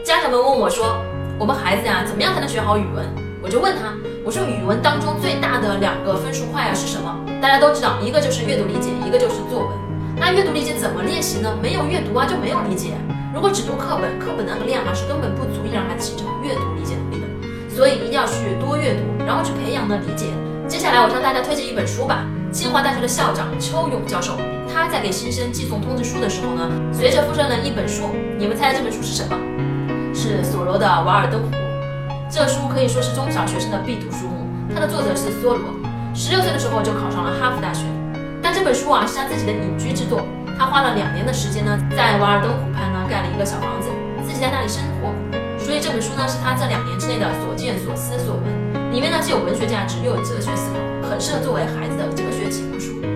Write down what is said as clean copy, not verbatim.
家长们问我说，我们孩子呀，怎么样才能学好语文？我就问他，我说语文当中最大的2个分数块是什么？大家都知道，一个就是阅读理解，一个就是作文。那阅读理解怎么练习呢？没有阅读啊，就没有理解。如果只读课本，课本那个量啊，是根本不足以让他形成阅读理解能力的。所以一定要去多阅读，然后去培养呢理解。接下来我向大家推荐一本书吧。清华大学的校长邱勇教授，他在给新生寄送通知书的时候呢，随着附上了一本书。你们猜这本书是什么？是索罗的《瓦尔登湖》。这书可以说是中小学生的必读书目。它的作者是梭罗，16岁的时候就考上了哈佛大学。但这本书啊是他自己的隐居之作，他花了2年的时间呢，在瓦尔登湖畔呢盖了一个小房子，自己在那里生活。所以这本书呢是他这2年之内的所见所思所闻，里面呢既有文学价值，又有哲学思考，很适合作为孩子的哲学启蒙书。